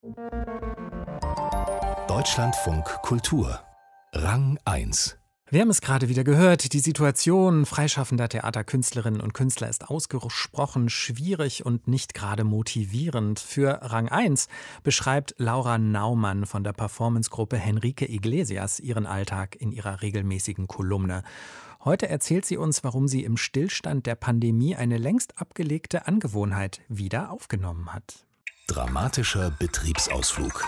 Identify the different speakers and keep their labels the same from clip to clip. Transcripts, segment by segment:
Speaker 1: Deutschlandfunk Kultur Rang 1.
Speaker 2: Wir haben es gerade wieder gehört, die Situation freischaffender Theaterkünstlerinnen und Künstler ist ausgesprochen schwierig und nicht gerade motivierend. Für Rang 1 beschreibt Laura Naumann von der Performancegruppe Henrique Iglesias ihren Alltag in ihrer regelmäßigen Kolumne. Heute erzählt sie uns, warum sie im Stillstand der Pandemie eine längst abgelegte Angewohnheit wieder aufgenommen hat.
Speaker 1: Dramatischer Betriebsausflug.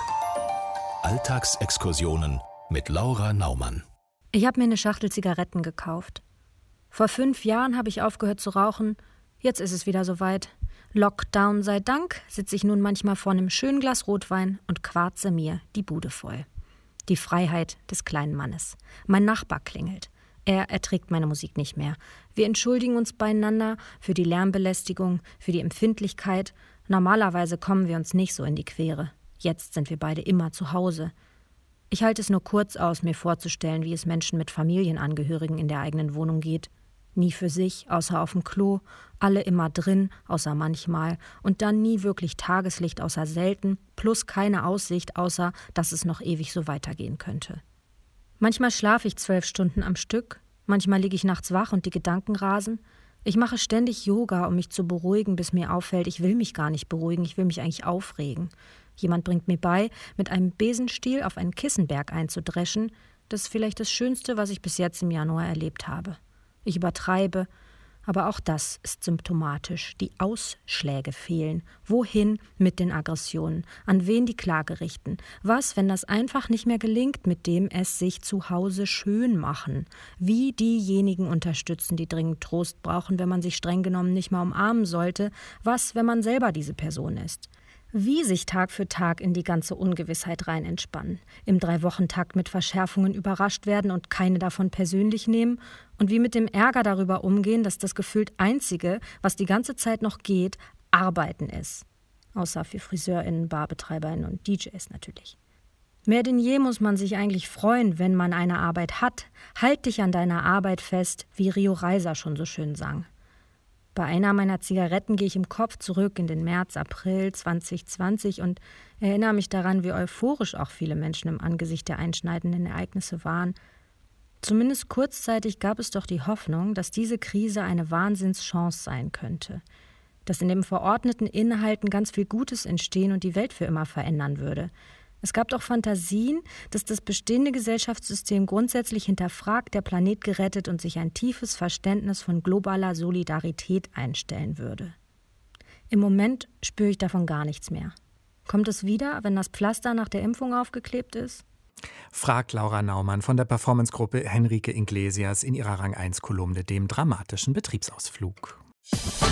Speaker 1: Alltagsexkursionen mit Laura Naumann.
Speaker 3: Ich habe mir eine Schachtel Zigaretten gekauft. Vor 5 Jahren habe ich aufgehört zu rauchen. Jetzt ist es wieder soweit. Lockdown sei Dank sitze ich nun manchmal vor einem schönen Glas Rotwein und quarze mir die Bude voll. Die Freiheit des kleinen Mannes. Mein Nachbar klingelt. Er erträgt meine Musik nicht mehr. Wir entschuldigen uns beieinander für die Lärmbelästigung, für die Empfindlichkeit. Normalerweise kommen wir uns nicht so in die Quere. Jetzt sind wir beide immer zu Hause. Ich halte es nur kurz aus, mir vorzustellen, wie es Menschen mit Familienangehörigen in der eigenen Wohnung geht. Nie für sich, außer auf dem Klo, alle immer drin, außer manchmal, und dann nie wirklich Tageslicht, außer selten, plus keine Aussicht, außer dass es noch ewig so weitergehen könnte. Manchmal schlafe ich 12 Stunden am Stück, manchmal liege ich nachts wach und die Gedanken rasen. Ich mache ständig Yoga, um mich zu beruhigen, bis mir auffällt, ich will mich gar nicht beruhigen, ich will mich eigentlich aufregen. Jemand bringt mir bei, mit einem Besenstiel auf einen Kissenberg einzudreschen. Das ist vielleicht das Schönste, was ich bis jetzt im Januar erlebt habe. Ich übertreibe, aber auch das ist symptomatisch. Die Ausschläge fehlen. Wohin mit den Aggressionen? An wen die Klage richten? Was, wenn das einfach nicht mehr gelingt, mit dem es sich zu Hause schön machen? Wie diejenigen unterstützen, die dringend Trost brauchen, wenn man sich streng genommen nicht mal umarmen sollte? Was, wenn man selber diese Person ist? Wie sich Tag für Tag in die ganze Ungewissheit rein entspannen, im 3-Wochen-Takt mit Verschärfungen überrascht werden und keine davon persönlich nehmen und wie mit dem Ärger darüber umgehen, dass das gefühlt Einzige, was die ganze Zeit noch geht, Arbeiten ist. Außer für FriseurInnen, BarbetreiberInnen und DJs natürlich. Mehr denn je muss man sich eigentlich freuen, wenn man eine Arbeit hat. Halt dich an deiner Arbeit fest, wie Rio Reiser schon so schön sang. Bei einer meiner Zigaretten gehe ich im Kopf zurück in den März, April 2020 und erinnere mich daran, wie euphorisch auch viele Menschen im Angesicht der einschneidenden Ereignisse waren. Zumindest kurzzeitig gab es doch die Hoffnung, dass diese Krise eine Wahnsinnschance sein könnte. Dass in den verordneten Inhalten ganz viel Gutes entstehen und die Welt für immer verändern würde. Es gab doch Fantasien, dass das bestehende Gesellschaftssystem grundsätzlich hinterfragt, der Planet gerettet und sich ein tiefes Verständnis von globaler Solidarität einstellen würde. Im Moment spüre ich davon gar nichts mehr. Kommt es wieder, wenn das Pflaster nach der Impfung aufgeklebt ist?
Speaker 2: Fragt Laura Naumann von der Performancegruppe Henrique Iglesias in ihrer Rang 1 Kolumne, dem dramatischen Betriebsausflug.